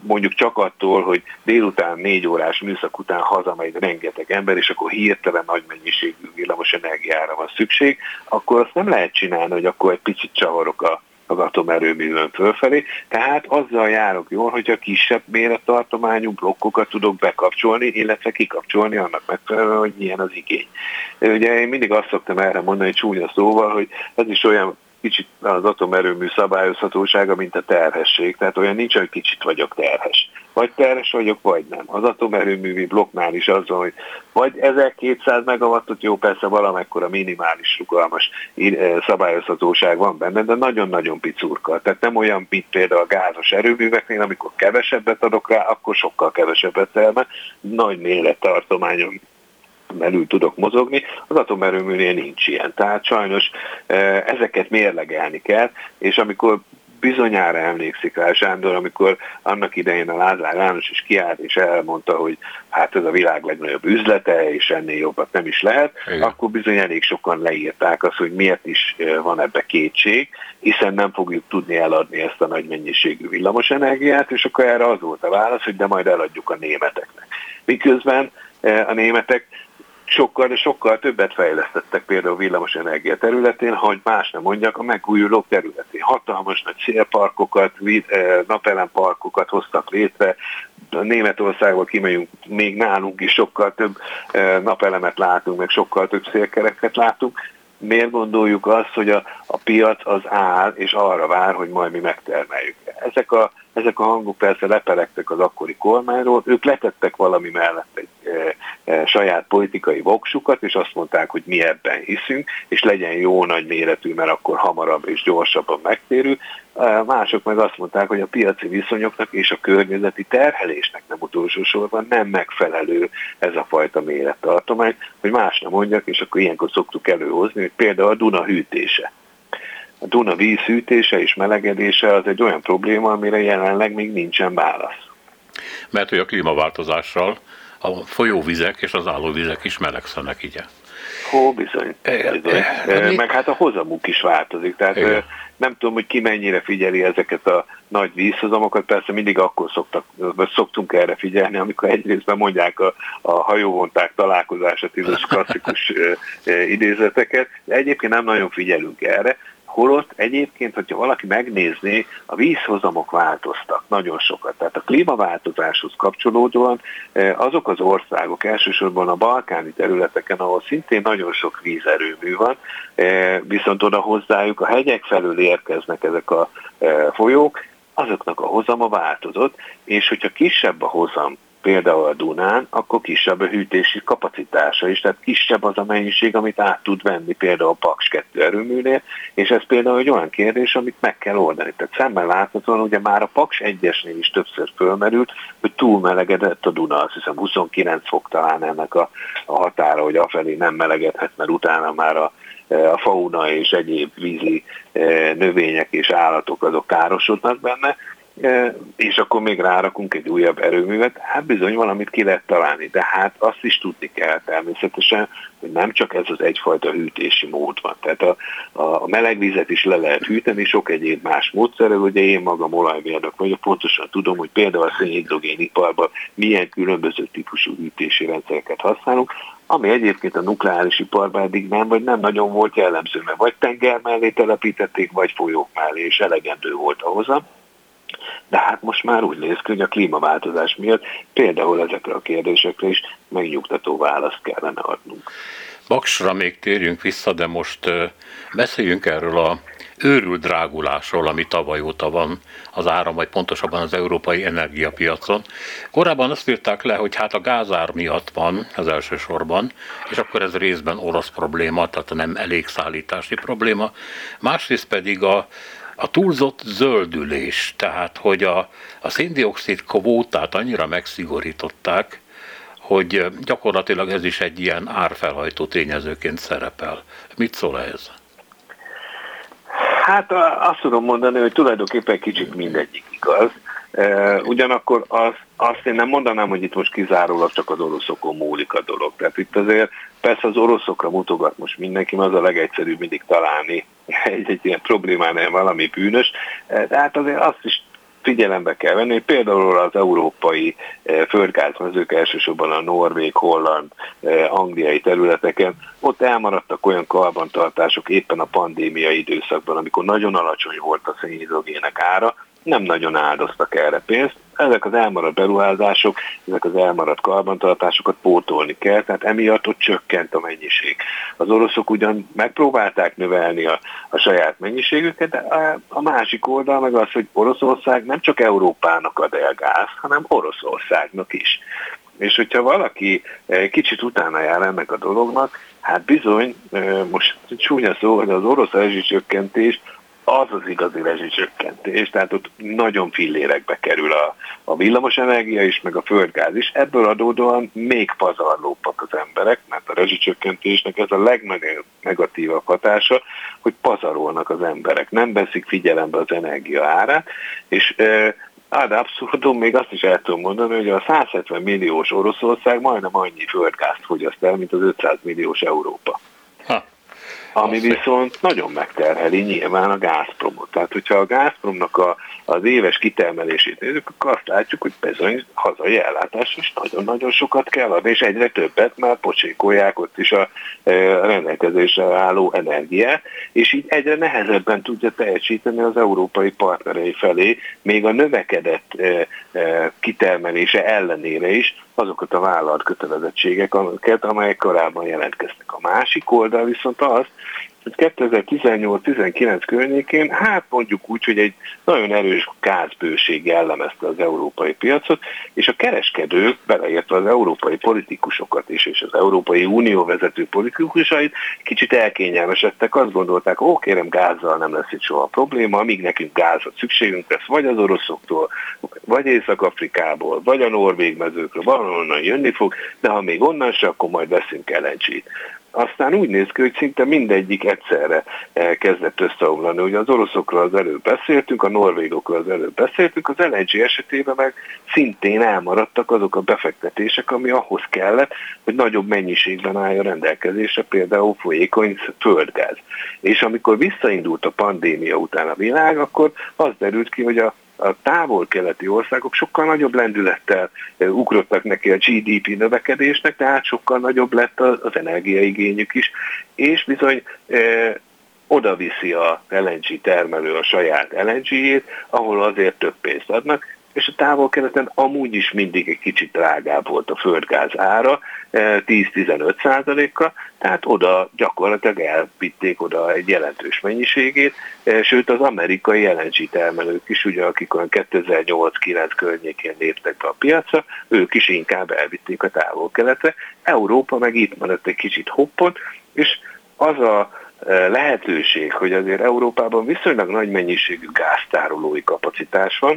mondjuk csak attól, hogy délután négy órás műszak után hazamegy rengeteg ember, és akkor hirtelen nagy mennyiségű villamos energiára van szükség, akkor azt nem lehet csinálni, hogy akkor egy picit csavarok a az atomerőművön fölfelé, tehát azzal járok jól, hogy a kisebb mérettartományú blokkokat tudok bekapcsolni, illetve kikapcsolni annak megfelelően, hogy milyen az igény. Ugye én mindig azt szoktam erre mondani csúnya szóval, hogy ez is olyan kicsit az atomerőmű szabályozhatósága, mint a terhesség, tehát olyan nincs, hogy kicsit vagyok terhes. Vagy terhes vagyok, vagy nem. Az atomerőművi blokknál is az van, hogy vagy ezerkétszáz megawattot, jó, persze valamekkora minimális rugalmas szabályozhatóság van benne, de nagyon-nagyon picurka. Tehát nem olyan, mint például a gázos erőműveknél, amikor kevesebbet adok rá, akkor sokkal kevesebbet termel, nagy mérettartományon belül tudok mozogni, az atomerőműnél nincs ilyen. Tehát sajnos ezeket mérlegelni kell, és amikor bizonyára emlékszik rá Sándor, amikor annak idején a Lázár János is kiállt és elmondta, hogy hát ez a világ legnagyobb üzlete, és ennél jobbat nem is lehet, igen. Akkor bizony elég sokan leírták azt, hogy miért is van ebbe kétség, hiszen nem fogjuk tudni eladni ezt a nagy mennyiségű villamosenergiát, és akkor erre az volt a válasz, hogy de majd eladjuk a németeknek. Miközben a németek sokkal, de sokkal többet fejlesztettek például villamosenergia területén, hogy más nem mondjak, a megújulók területén. Hatalmas nagy szélparkokat, napelemparkokat hoztak létre, Németországba kimegyünk, még nálunk is sokkal több napelemet látunk, meg sokkal több szélkereket látunk. Miért gondoljuk azt, hogy a, a piac az áll, és arra vár, hogy majd mi megtermeljük? Ezek a, ezek a hangok persze lepelegtek az akkori kormányról, ők letettek valami mellett egy e, e, saját politikai voksukat, és azt mondták, hogy mi ebben hiszünk, és legyen jó nagy méretű, mert akkor hamarabb és gyorsabban megtérül. E, mások meg azt mondták, hogy a piaci viszonyoknak és a környezeti terhelésnek nem utolsó sorban nem megfelelő ez a fajta mérettartomány, hogy más nem mondjak, és akkor ilyenkor szoktuk előhozni, hogy például a Duna hűtése. A Duna víz hűtése és melegedése az egy olyan probléma, amire jelenleg még nincsen válasz. Mert hogy a klímaváltozással a folyóvizek és az állóvizek is melegszenek, ugye? Hó, bizony. bizony. E, meg hát a hozamuk is változik. Tehát igen. Nem tudom, hogy ki mennyire figyeli ezeket a nagy vízhozamokat, persze mindig akkor szoktak, szoktunk erre figyelni, amikor egyrésztben mondják a, a hajóvonták találkozását, tízes klasszikus idézeteket, de egyébként nem nagyon figyelünk erre. Holott egyébként, hogyha valaki megnézné, a vízhozamok változtak nagyon sokat. Tehát a klímaváltozáshoz kapcsolódóan azok az országok, elsősorban a balkáni területeken, ahol szintén nagyon sok vízerőmű van, viszont oda hozzájuk a hegyek felől érkeznek ezek a folyók, azoknak a hozama változott, és hogyha kisebb a hozam, például a Dunán, akkor kisebb a hűtési kapacitása is, tehát kisebb az a mennyiség, amit át tud venni például a Paks kettő erőműnél, és ez például egy olyan kérdés, amit meg kell oldani. Tehát szemben láthatóan ugye már a Paks egyesnél is többször fölmerült, hogy túlmelegedett a Duna, azt hiszem huszonkilenc fok talán ennek a, a határa, hogy afelé nem melegedhet, mert utána már a a fauna és egyéb vízi növények és állatok azok károsodnak benne, és akkor még rárakunk egy újabb erőművet, hát bizony valamit ki lehet találni, de hát azt is tudni kell természetesen, hogy nem csak ez az egyfajta hűtési mód van. Tehát a, a meleg vizet is le lehet hűteni, sok egyéb más módszerrel, ugye én magam olajmérnök vagyok, pontosan tudom, hogy például a szénhidrogén iparban milyen különböző típusú hűtési rendszereket használunk, ami egyébként a nukleáris iparban eddig nem, vagy nem nagyon volt jellemző, mert vagy tenger mellé telepítették, vagy folyók mellé, és elegendő volt a hozam. De hát most már úgy néz ki, hogy a klímaváltozás miatt például ezekre a kérdésekre is megnyugtató választ kellene adnunk. Paksra még térjünk vissza, de most beszéljünk erről a őrült drágulásról, ami tavaly óta van az áram, vagy pontosabban az európai energiapiacon. Korábban azt írták le, hogy hát a gázár miatt van az elsősorban, és akkor ez részben orosz probléma, tehát nem elég szállítási probléma. Másrészt pedig a A túlzott zöldülés, tehát hogy a, a széndioxid kvótát annyira megszigorították, hogy gyakorlatilag ez is egy ilyen árfelhajtó tényezőként szerepel. Mit szól ez? Hát azt tudom mondani, hogy tulajdonképpen kicsit mindegyik igaz. Ugyanakkor az, azt én nem mondanám, hogy itt most kizárólag csak az oroszokon múlik a dolog. Tehát itt azért persze az oroszokra mutogat most mindenki, az a legegyszerűbb mindig találni egy, egy ilyen problémánál valami bűnös. De hát azért azt is figyelembe kell venni, hogy például az európai földgázmezők, elsősorban a norvég, holland, angliai területeken, ott elmaradtak olyan karbantartások éppen a pandémia időszakban, amikor nagyon alacsony volt a szénhidrogének ára, nem nagyon áldoztak erre pénzt. Ezek az elmaradt beruházások, ezek az elmaradt karbantartásokat pótolni kell, tehát emiatt ott csökkent a mennyiség. Az oroszok ugyan megpróbálták növelni a, a saját mennyiségüket, de a, a másik oldal meg az, hogy Oroszország nem csak Európának ad el gáz, hanem Oroszországnak is. És hogyha valaki kicsit utána jár ennek a dolognak, hát bizony, most csúnya szó, hogy az orosz rezsicsökkentés az az igazi rezsicsökkentés, tehát ott nagyon fillérekbe kerül a, a villamosenergia is, meg a földgáz is. Ebből adódóan még pazarlóbbak az emberek, mert a rezsicsökkentésnek ez a legnegatívabb hatása, hogy pazarolnak az emberek, nem veszik figyelembe az energia árát, és e, ad abszurdum, még azt is el tudom mondani, hogy a száz hetven milliós Oroszország majdnem annyi földgázt fogyaszt el, mint az ötszáz milliós Európa. Ha. Ami viszont nagyon megterheli nyilván a Gazpromot. Tehát, hogyha a Gazpromnak a, az éves kitermelését nézzük, akkor azt látjuk, hogy bizony hazai ellátás is nagyon-nagyon sokat kell adni, és egyre többet már pocsékolják ott is a, a rendelkezésre álló energiát, és így egyre nehezebben tudja teljesíteni az európai partnerei felé, még a növekedett e, e, kitermelése ellenére is azokat a vállalt kötelezettségeket, amelyek korábban jelentkeztek. A másik oldal viszont az, hogy kétezer-tizennyolc-tizenkilenc környékén, hát mondjuk úgy, hogy egy nagyon erős gázbőség jellemezte az európai piacot, és a kereskedők, beleértve az európai politikusokat is, és az Európai Unió vezető politikusait kicsit elkényelmesedtek, azt gondolták, ó, kérem, gázzal nem lesz itt soha probléma, amíg nekünk gázra szükségünk lesz, vagy az oroszoktól, vagy Észak-Afrikából, vagy a norvég mezőkről, valahonnan jönni fog, de ha még onnan se, akkor majd veszünk el en gét. Aztán úgy néz ki, hogy szinte mindegyik egyszerre kezdett összeomlani. Ugye az oroszokról az előbb beszéltünk, a norvégokról az előbb beszéltünk, az el en gé esetében meg szintén elmaradtak azok a befektetések, ami ahhoz kellett, hogy nagyobb mennyiségben álljon rendelkezésre, például folyékony földgáz. És amikor visszaindult a pandémia után a világ, akkor az derült ki, hogy a a távol-keleti országok sokkal nagyobb lendülettel ugrottak neki a gé dé pé növekedésnek, tehát sokkal nagyobb lett az energiaigényük is, és bizony e, oda viszi a el en gé termelő a saját el en gé-jét, ahol azért több pénzt adnak, és a távol-keleten amúgy is mindig egy kicsit drágább volt a földgáz ára, tíz-tizenöt százalékkal, tehát oda gyakorlatilag elvitték oda egy jelentős mennyiségét, sőt az amerikai el en gé termelők is, ugye, akik olyan kétezer-nyolc-kilenc környékén léptek be a piacra, ők is inkább elvitték a távol-keletre. Európa meg itt maradt egy kicsit hoppon, és az a lehetőség, hogy azért Európában viszonylag nagy mennyiségű gáztárolói kapacitás van,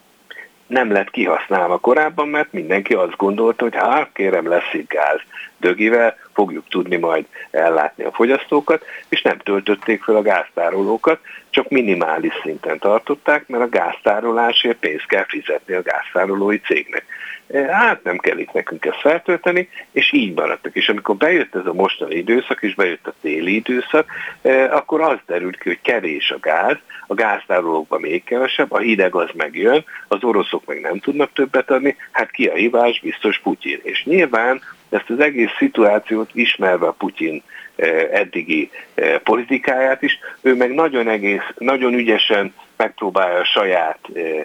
nem lett kihasználva korábban, mert mindenki azt gondolta, hogy hát kérem, lesz itt gáz dögivel, fogjuk tudni majd ellátni a fogyasztókat, és nem töltötték fel a gáztárolókat, csak minimális szinten tartották, mert a gáztárolásért pénzt kell fizetni a gáztárolói cégnek. Hát nem kell itt nekünk ezt feltölteni, és így maradtak. És amikor bejött ez a mostani időszak, és bejött a téli időszak, akkor az derült ki, hogy kevés a gáz, a gáztárolókban még kevesebb, a hideg az megjön, az oroszok meg nem tudnak többet adni, hát ki a hibás? Biztos Putyin. És nyilván ezt az egész szituációt ismerve a Putyin eddigi politikáját is, ő meg nagyon, egész, nagyon ügyesen megpróbálja a saját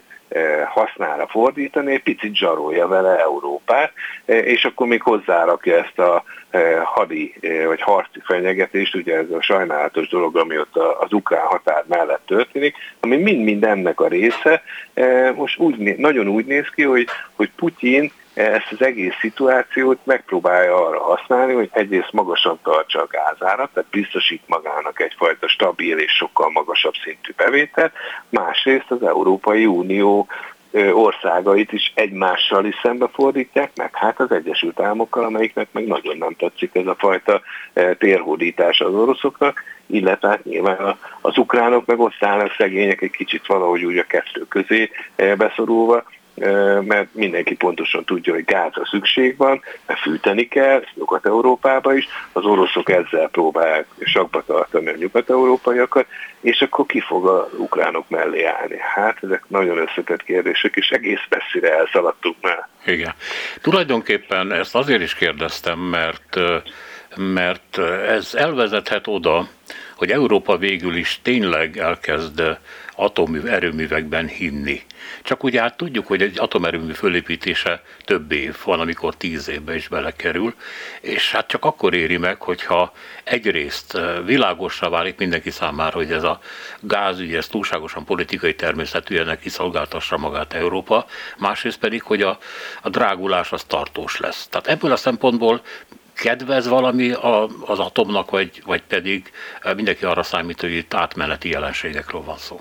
hasznára fordítani, egy picit zsarolja vele Európát, és akkor még hozzárakja ezt a hadi vagy harci fenyegetést, ugye ez a sajnálatos dolog, ami ott az ukrán határ mellett történik, ami mind-mind ennek a része. Most úgy, nagyon úgy néz ki, hogy, hogy Putyin ezt az egész szituációt megpróbálja arra használni, hogy egyrészt magasan tartsa a gázárat, tehát biztosít magának egyfajta stabil és sokkal magasabb szintű bevételt, másrészt az Európai Unió országait is egymással is szembefordítják, meg hát az Egyesült Államokkal, amelyiknek meg nagyon nem tetszik ez a fajta térhódítás az oroszoknak, illetve hát nyilván az ukránok meg ott állnak szegények egy kicsit valahogy úgy a kettő közé beszorulva, mert mindenki pontosan tudja, hogy gázra szükség van, mert fűteni kell, Nyugat-Európába is, az oroszok ezzel próbálják sakba tartani a nyugat-európaiakat, és akkor ki fog az ukránok mellé állni? Hát ezek nagyon összetett kérdések, és egész messzire elszaladtunk már. Igen. Tulajdonképpen ezt azért is kérdeztem, mert, mert ez elvezethet oda, hogy Európa végül is tényleg elkezd atomerőművekben hinni. Csak ugye hát tudjuk, hogy egy atomerőmű fölépítése több év van, amikor tíz évbe is belekerül, és hát csak akkor éri meg, hogyha egyrészt világossá válik mindenki számára, hogy ez a gázügy, ez túlságosan politikai természetű, ennek kiszolgáltassa magát Európa, másrészt pedig, hogy a, a drágulás az tartós lesz. Tehát ebből a szempontból kedvez valami az atomnak, vagy, vagy pedig mindenki arra számít, hogy itt átmeneti jelenségekről van szó?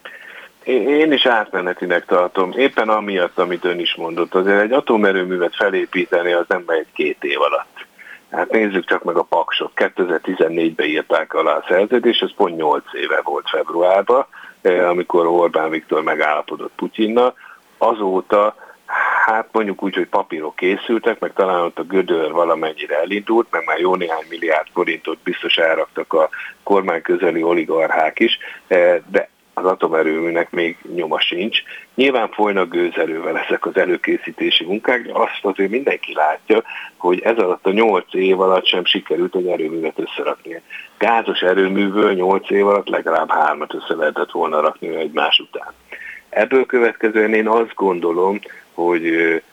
Én is átmenetinek tartom, éppen amiatt, amit ön is mondott. Azért egy atomerőművet felépíteni az nem megy két év alatt. Hát nézzük csak meg a paksot. kétezer-tizennégyben írták alá a szerződést, ez pont nyolc éve volt februárban, amikor Orbán Viktor megállapodott Putyinnal. Azóta hát mondjuk úgy, hogy papírok készültek, meg talán ott a gödör valamennyire elindult, meg már jó néhány milliárd forintot biztos elraktak a kormány közeli oligarchák is, de az atomerőműnek még nyoma sincs. Nyilván folynak gőzerővel ezek az előkészítési munkák, de azt azért mindenki látja, hogy ez alatt a nyolc év alatt sem sikerült egy erőművet összerakni. Gázos erőműből nyolc év alatt legalább hármat össze lehetett volna rakni egymás után. Ebből következően én azt gondolom, hogy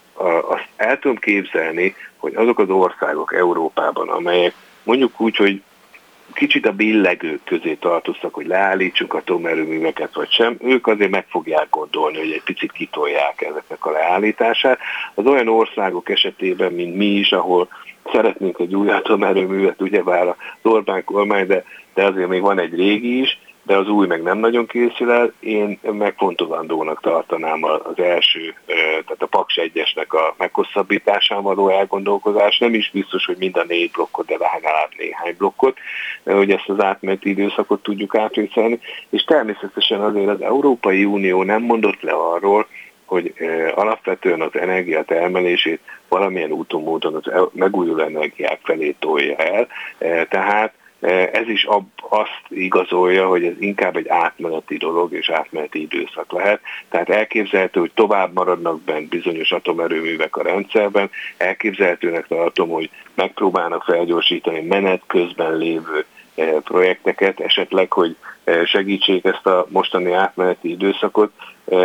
azt el tudom képzelni, hogy azok az országok Európában, amelyek mondjuk úgy, hogy kicsit a billegők közé tartoztak, hogy leállítsunk atomerőműveket vagy sem, ők azért meg fogják gondolni, hogy egy picit kitolják ezeknek a leállítását. Az olyan országok esetében, mint mi is, ahol szeretnénk egy új atomerőművet, ugyebár az Orbán kormány, de, de azért még van egy régi is, de az új meg nem nagyon készül el, én megfontolandónak tartanám az első, tehát a Paks egyesnek a meghosszabbításán való elgondolkozás. Nem is biztos, hogy mind a négy blokkot, de legalább néhány blokkot, hogy ezt az átmeneti időszakot tudjuk átvészelni. És természetesen azért az Európai Unió nem mondott le arról, hogy alapvetően az energia termelését valamilyen úton, módon az megújuló energiák felé tolja el. Tehát ez is ab, azt igazolja, hogy ez inkább egy átmeneti dolog és átmeneti időszak lehet. Tehát elképzelhető, hogy tovább maradnak bent bizonyos atomerőművek a rendszerben, elképzelhetőnek tartom, hogy megpróbálnak felgyorsítani menet közben lévő projekteket, esetleg, hogy segítsék ezt a mostani átmeneti időszakot,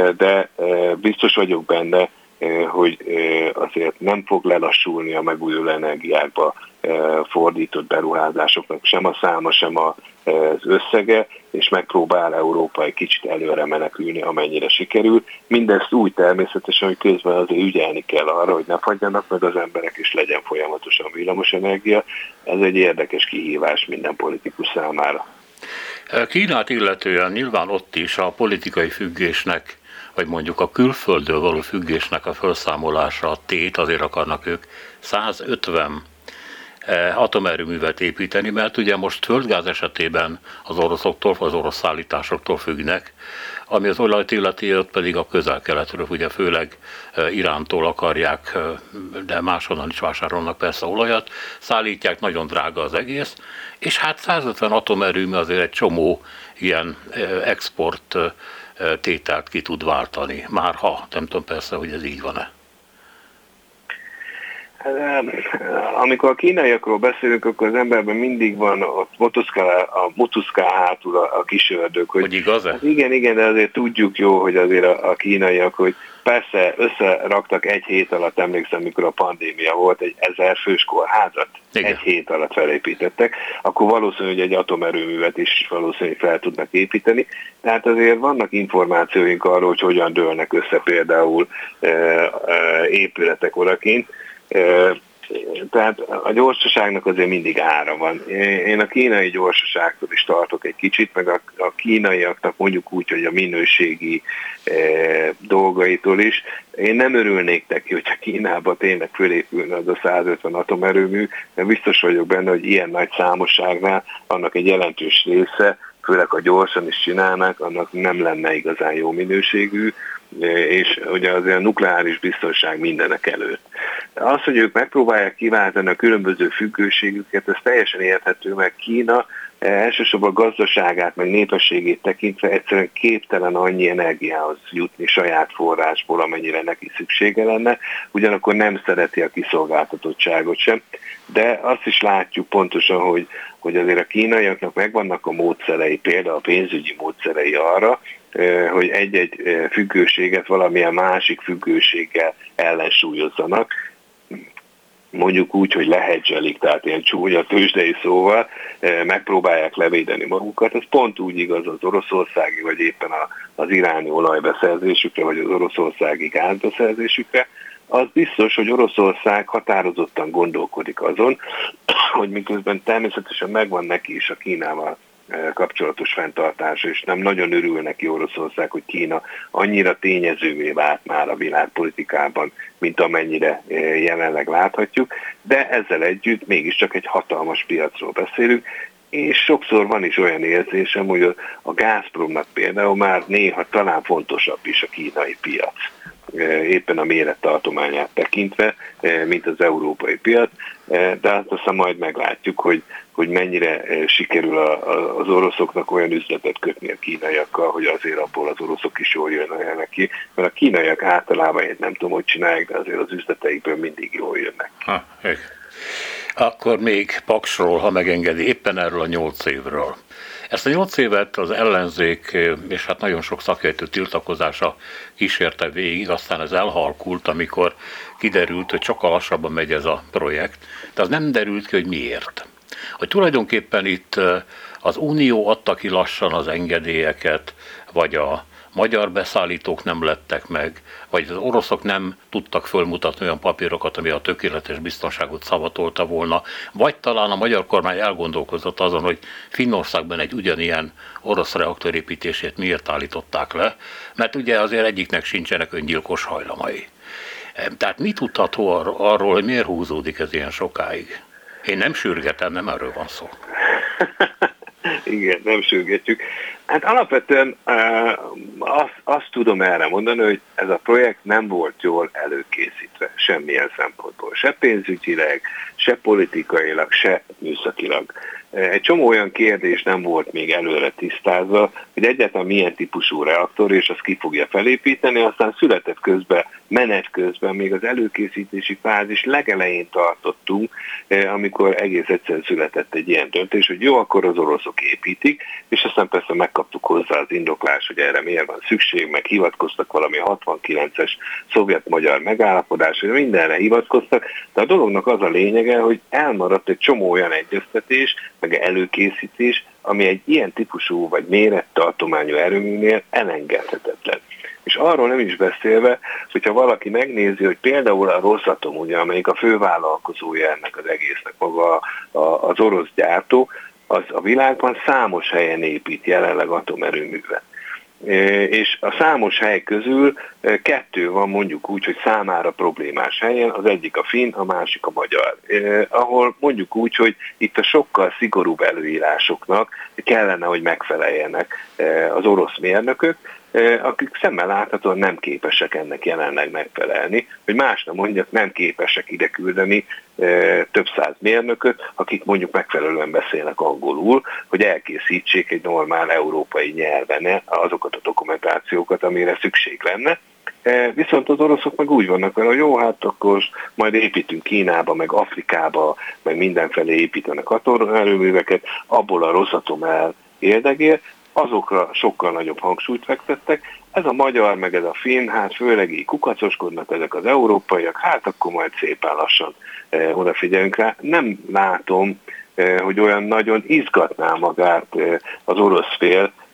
de biztos vagyok benne, hogy azért nem fog lelassulni a megújuló energiákba fordított beruházásoknak sem a száma, sem az összege, és megpróbál Európa egy kicsit előre menekülni, amennyire sikerül. Mindezt úgy természetesen, hogy közben azért ügyelni kell arra, hogy ne fagyjanak meg az emberek, és legyen folyamatosan villamosenergia. Ez egy érdekes kihívás minden politikus számára. Kínát illetően nyilván ott is a politikai függésnek, vagy mondjuk a külföldről való függésnek a felszámolása a tét, azért akarnak ők százötven atomerőművet építeni, mert ugye most földgáz esetében az oroszoktól, az orosz szállításoktól függnek, ami az olajt illeti, ott pedig a közel-keletről, ugye főleg Irántól akarják, de máshonnan is vásárolnak persze olajat, szállítják, nagyon drága az egész, és hát százötven atomerőmű azért egy csomó ilyen export tételt ki tud váltani, már ha, nem tudom persze, hogy ez így van-e. Amikor a kínaiakról beszélünk, akkor az emberben mindig van ott motoszká, a motoszká hátul a, a kis ördög. Hogy, hogy igaz-e? Hát igen, igen, de azért tudjuk jó, hogy azért a, a kínaiak, hogy persze összeraktak egy hét alatt, emlékszem, mikor a pandémia volt, egy ezer fős kórházat, igen. Egy hét alatt felépítettek, akkor valószínű, hogy egy atomerőművet is valószínű, hogy fel tudnak építeni. Tehát azért vannak információink arról, hogy hogyan dőlnek össze például e, e, épületek odakint. Tehát a gyorsaságnak azért mindig ára van. Én a kínai gyorsaságtól is tartok egy kicsit, meg a, a kínaiaknak mondjuk úgy, hogy a minőségi e, dolgaitól is. Én nem örülnék neki, hogyha Kínába tényleg fölépülne az a százötven atomerőmű, mert biztos vagyok benne, hogy ilyen nagy számosságnál annak egy jelentős része főleg ha gyorsan is csinálnak, annak nem lenne igazán jó minőségű, és ugye azért a nukleáris biztonság mindenek előtt. Az, hogy ők megpróbálják kiváltani a különböző függőségüket, ez teljesen érthető, meg Kína elsősorban gazdaságát, meg népességét tekintve egyszerűen képtelen annyi energiához jutni saját forrásból, amennyire neki szüksége lenne, ugyanakkor nem szereti a kiszolgáltatottságot sem, de azt is látjuk pontosan, hogy, hogy azért a kínaiaknak megvannak a módszerei, például a pénzügyi módszerei arra, hogy egy-egy függőséget valamilyen másik függőséggel ellensúlyozzanak, mondjuk úgy, hogy lehedzselik, tehát ilyen csúnya tőzsdei szóval megpróbálják levédeni magukat. Ez pont úgy igaz az oroszországi, vagy éppen az iráni olajbeszerzésükre, vagy az oroszországi gázbeszerzésükre. Az biztos, hogy Oroszország határozottan gondolkodik azon, hogy miközben természetesen megvan neki is a Kínával kapcsolatos fenntartása, és nem nagyon örül neki Oroszország, hogy Kína annyira tényezővé vált már a világpolitikában, mint amennyire jelenleg láthatjuk, de ezzel együtt mégiscsak egy hatalmas piacról beszélünk, és sokszor van is olyan érzésem, hogy a Gazpromnak például már néha talán fontosabb is a kínai piac, éppen a mérettartományát tekintve, mint az európai piac, de hát aztán majd meglátjuk, hogy, hogy mennyire sikerül az oroszoknak olyan üzletet kötni a kínaiakkal, hogy azért abból az oroszok is jól jönnek ki, mert a kínaiak általában én nem tudom, hogy csinálják, de azért az üzleteikből mindig jól jönnek. Ha, Akkor még Paksról, ha megengedi, éppen erről a nyolc évről. Ezt a nyolc évet az ellenzék, és hát nagyon sok szakértő tiltakozása kísérte végig, aztán ez elhalkult, amikor kiderült, hogy sokkal lassabban megy ez a projekt, de az nem derült ki, hogy miért. Hogy tulajdonképpen itt az Unió adta ki lassan az engedélyeket, vagy a magyar beszállítók nem lettek meg, vagy az oroszok nem tudtak fölmutatni olyan papírokat, ami a tökéletes biztonságot szavatolta volna, vagy talán a magyar kormány elgondolkozott azon, hogy Finnországban egy ugyanilyen orosz reaktor építését miért állították le, mert ugye azért egyiknek sincsenek öngyilkos hajlamai. Tehát mi tudható arról, hogy miért húzódik ez ilyen sokáig? Én nem sürgetem, nem erről van szó. Igen, nem sürgetjük. Hát alapvetően uh, azt, azt tudom erre mondani, hogy ez a projekt nem volt jól előkészítve semmilyen szempontból. Se pénzügyileg, se politikailag, se műszakilag. Egy csomó olyan kérdés nem volt még előre tisztázva, hogy egyáltalán milyen típusú reaktor, és azt ki fogja felépíteni, aztán született közben, menet közben, még az előkészítési fázis legelején tartottunk, amikor egész egyszerűen született egy ilyen döntés, hogy jó, akkor az oroszok építik, és aztán persze megkaptuk hozzá az indoklás, hogy erre miért van szükség, meg hivatkoztak valami hatvankilences szovjet-magyar megállapodás, hogy mindenre hivatkoztak, de a dolognak az a lényege, hogy elmaradt egy csomó olyan egyeztetés, meg előkészítés, ami egy ilyen típusú vagy mérettartományú erőműnél elengedhetetlen. És arról nem is beszélve, hogyha valaki megnézi, hogy például a Rosatom, ugye, amelyik a fővállalkozója ennek az egésznek, maga az orosz gyártó, az a világban számos helyen épít jelenleg atomerőművet. És a számos hely közül kettő van mondjuk úgy, hogy számára problémás helyen, az egyik a finn, a másik a magyar. Ahol mondjuk úgy, hogy itt a sokkal szigorúbb előírásoknak kellene, hogy megfeleljenek az orosz mérnökök, akik szemmel láthatóan nem képesek ennek jelenleg megfelelni, hogy más nem mondjak, nem képesek ide küldeni több száz mérnököt, akik mondjuk megfelelően beszélnek angolul, hogy elkészítsék egy normál európai nyelven azokat a dokumentációkat, amire szükség lenne. Viszont az oroszok meg úgy vannak vele, hogy jó, hát akkor majd építünk Kínába, meg Afrikába, meg mindenfelé építenek atomerőműveket, abból a Rosatom el érdegél, azokra sokkal nagyobb hangsúlyt fektettek. Ez a magyar, meg ez a finn, hát főleg így kukacoskodnak ezek az európaiak, hát akkor majd szépen lassan eh, odafigyelünk rá. Nem látom, eh, hogy olyan nagyon izgatná magát eh, az orosz fél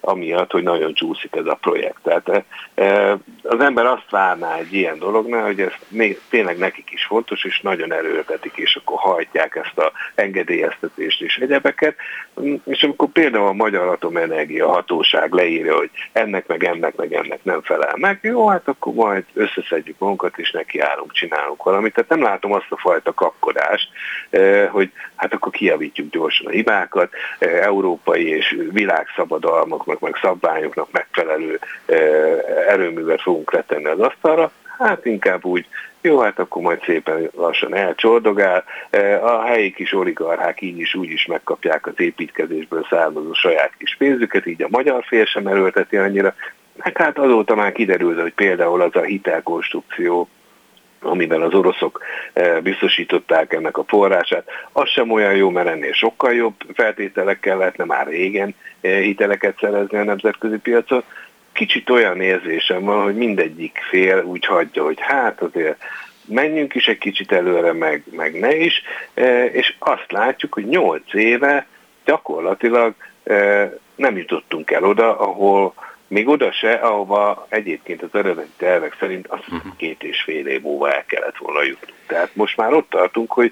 amiatt, hogy nagyon csúszik ez a projekt. Tehát az ember azt várná egy ilyen dolognál, hogy ez tényleg nekik is fontos, és nagyon erőltetik, és akkor hajtják ezt a engedélyeztetést és egyebeket, és amikor például a Magyar Atomenergia Hatóság leírja, hogy ennek meg ennek meg ennek nem felel meg, jó, hát akkor majd összeszedjük magunkat, és nekiállunk, csinálunk valamit. Tehát nem látom azt a fajta kapkodást, hogy hát akkor kijavítjuk gyorsan a hibákat, európai és világszabadalmaknak, meg szabványoknak megfelelő erőművet fogunk letenni az asztalra, hát inkább úgy, jó, hát akkor majd szépen lassan elcsordogál. A helyi kis oligarchák így is úgy is megkapják az építkezésből származó saját kis pénzüket, így a magyar fél sem erőlteti annyira. Hát azóta már kiderült, hogy például az a hitelkonstrukció, amiben az oroszok biztosították ennek a forrását, az sem olyan jó, mert ennél sokkal jobb feltételekkel lehetne már régen hiteleket szerezni a nemzetközi piacon. Kicsit olyan érzésem van, hogy mindegyik fél úgy hagyja, hogy hát azért menjünk is egy kicsit előre, meg, meg ne is, és azt látjuk, hogy nyolc éve gyakorlatilag nem jutottunk el oda, ahol még oda se, ahova egyébként az eredeti tervek szerint azt két és fél év múlva el kellett volna jutnunk. Tehát most már ott tartunk, hogy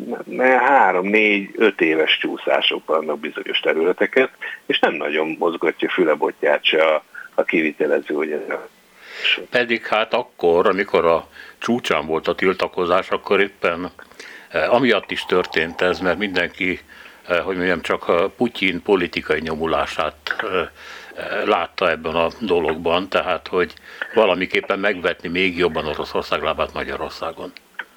három, négy, öt éves csúszások vannak bizonyos területeket, és nem nagyon mozgatja fülebotját se a, a kivitelező, hogy ez a... Pedig hát akkor, amikor a csúcsán volt a tiltakozás, akkor éppen amiatt is történt ez, mert mindenki, hogy mondjam, csak Putyin politikai nyomulását látta ebben a dologban, tehát hogy valamiképpen megvetni még jobban Oroszország lábát Magyarországon.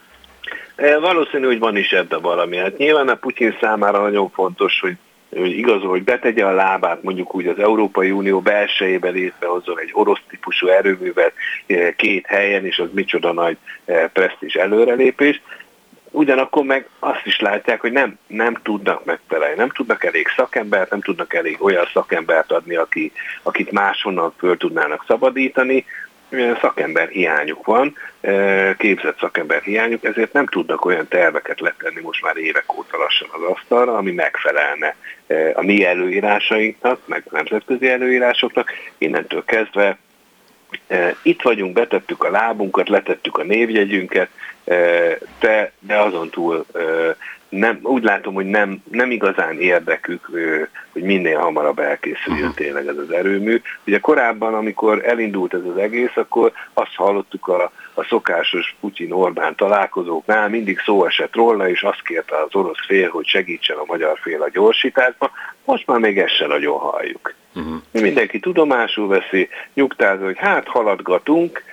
Valószínű, hogy van is ebben valami. Hát nyilván a Putyin számára nagyon fontos, hogy, hogy igaz, hogy betegye a lábát mondjuk úgy az Európai Unió belsejébe létrehozzon egy orosz típusú erőművet két helyen, és az micsoda nagy presztízs előrelépés. Ugyanakkor meg azt is látják, hogy nem, nem tudnak megfelelni, nem tudnak elég szakembert, nem tudnak elég olyan szakembert adni, aki, akit máshonnan föl tudnának szabadítani. Szakember hiányuk van, képzett szakember hiányuk, ezért nem tudnak olyan terveket letenni most már évek óta lassan az asztalra, ami megfelelne a mi előírásainknak, meg a nemzetközi előírásoknak. Innentől kezdve itt vagyunk, betettük a lábunkat, letettük a névjegyünket, de, de azon túl nem, úgy látom, hogy nem, nem igazán érdekük, hogy minél hamarabb elkészüljön tényleg ez az erőmű. Ugye korábban, amikor elindult ez az egész, akkor azt hallottuk a, a szokásos Putyin-Orbán találkozóknál, mindig szó esett róla, és azt kérte az orosz fél, hogy segítsen a magyar fél a gyorsításban. Most már még ezt se nagyon halljuk. Uh-huh. Mindenki tudomásul veszi, nyugtázza, hogy hát haladgatunk,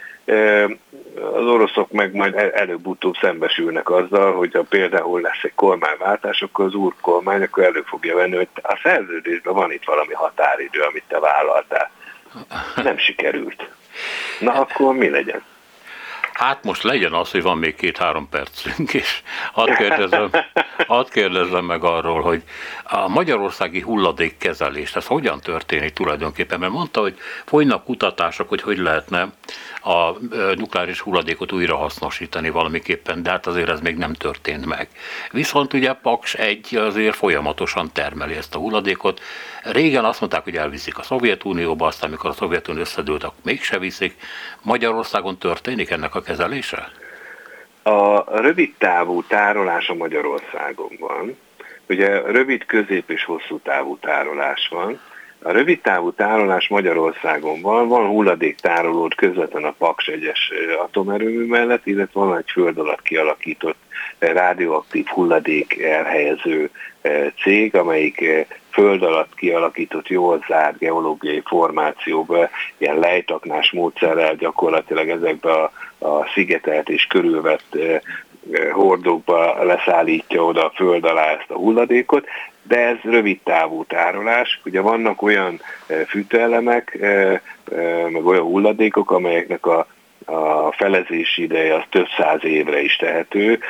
az oroszok meg majd előbb-utóbb szembesülnek azzal, hogy ha például lesz egy kormányváltás, akkor az úr kormány akkor elő fogja venni, hogy a szerződésben van itt valami határidő, amit te vállaltál. Nem sikerült. Na akkor mi legyen? Hát most legyen az, hogy van még két-három percünk, és hadd kérdezzem, hadd kérdezzem meg arról, hogy a magyarországi hulladékkezelés, ez hogyan történik tulajdonképpen? Mert mondta, hogy folynak kutatások, hogy hogy lehetne a nukleáris hulladékot újra hasznosítani valamiképpen, de hát azért ez még nem történt meg. Viszont ugye Paks egy azért folyamatosan termeli ezt a hulladékot. Régen azt mondták, hogy elviszik a Szovjetunióba, aztán amikor a Szovjetunió összedőlt, akkor mégse viszik. Magyarországon történik ennek a kezelése? A rövid távú tárolás a Magyarországon van. Ugye rövid, közép és hosszú távú tárolás van. A rövid távú tárolás Magyarországon van, van hulladéktárolód közvetlen a Paks egyes atomerőmű mellett, illetve van egy föld alatt kialakított radioaktív hulladék elhelyező cég, amelyik föld alatt kialakított, jól zárt geológiai formációba, ilyen lejtaknás módszerrel gyakorlatilag ezekbe a, a szigetelt és körülvett hordókba leszállítja oda a föld alá ezt a hulladékot, de ez rövid távú tárolás. Ugye vannak olyan fűtőelemek, meg olyan hulladékok, amelyeknek a, a felezési ideje az több száz évre is tehető.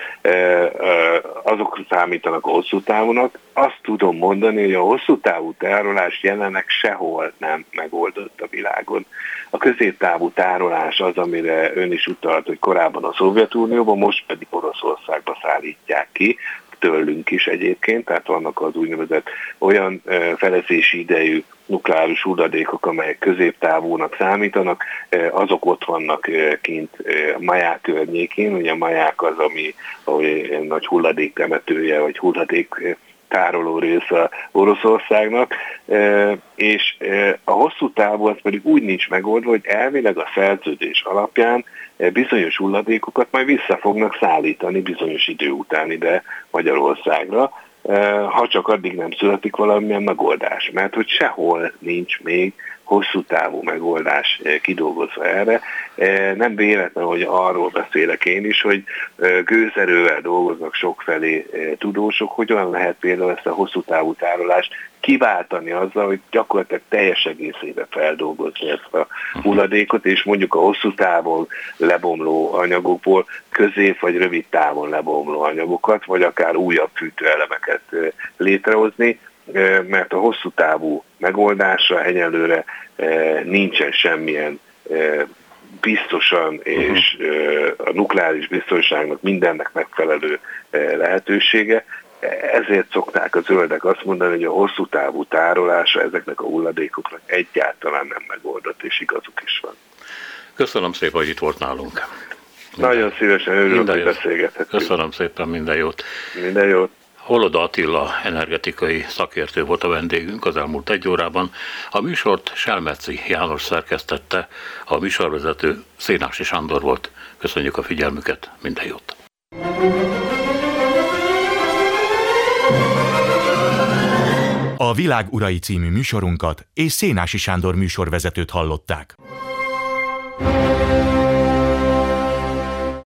Azok számítanak a hosszú távúnak. Azt tudom mondani, hogy a hosszú távú tárolás jelenleg sehol nem megoldott a világon. A középtávú tárolás az, amire ön is utalt, hogy korábban a Szovjetunióban, most pedig Oroszországba szállítják ki. tőlünk is egyébként, tehát vannak az úgynevezett olyan felezési idejű nukleáris hulladékok, amelyek középtávúnak számítanak, azok ott vannak kint a Maják környékén. Ugye a Maják az, ami ahogy nagy hulladéktemetője, vagy hulladék tároló része Oroszországnak, és a hosszú távú az pedig úgy nincs megoldva, hogy elvileg a szerződés alapján bizonyos hulladékokat majd vissza fognak szállítani bizonyos idő után ide Magyarországra, ha csak addig nem születik valamilyen megoldás, mert hogy sehol nincs még hosszú távú megoldás kidolgozva erre. Nem véletlen, hogy arról beszélek én is, hogy gőzerővel dolgoznak sokfelé tudósok, hogyan lehet például ezt a hosszú távú tárolást kiváltani azzal, hogy gyakorlatilag teljes egészében feldolgozni ezt a hulladékot, és mondjuk a hosszú távon lebomló anyagokból közép vagy rövid távon lebomló anyagokat, vagy akár újabb fűtőelemeket létrehozni, mert a hosszú távú megoldásra egyelőre nincsen semmilyen biztosan és a nukleáris biztonságnak mindennek megfelelő lehetősége. Ezért szokták a zöldek azt mondani, hogy a hosszú távú tárolása ezeknek a hulladékoknak egyáltalán nem megoldott, és igazuk is van. Köszönöm szépen, hogy itt volt nálunk. Minden, Nagyon szívesen örülök, hogy beszélgethettünk. Köszönöm szépen, minden jót. Minden jót. Holoda Attila energetikai szakértő volt a vendégünk az elmúlt egy órában. A műsort Selmeci János szerkesztette, a műsorvezető Szénási Sándor volt. Köszönjük a figyelmüket, minden jót! A Világ urai című műsorunkat és Szénási Sándor műsorvezetőt hallották.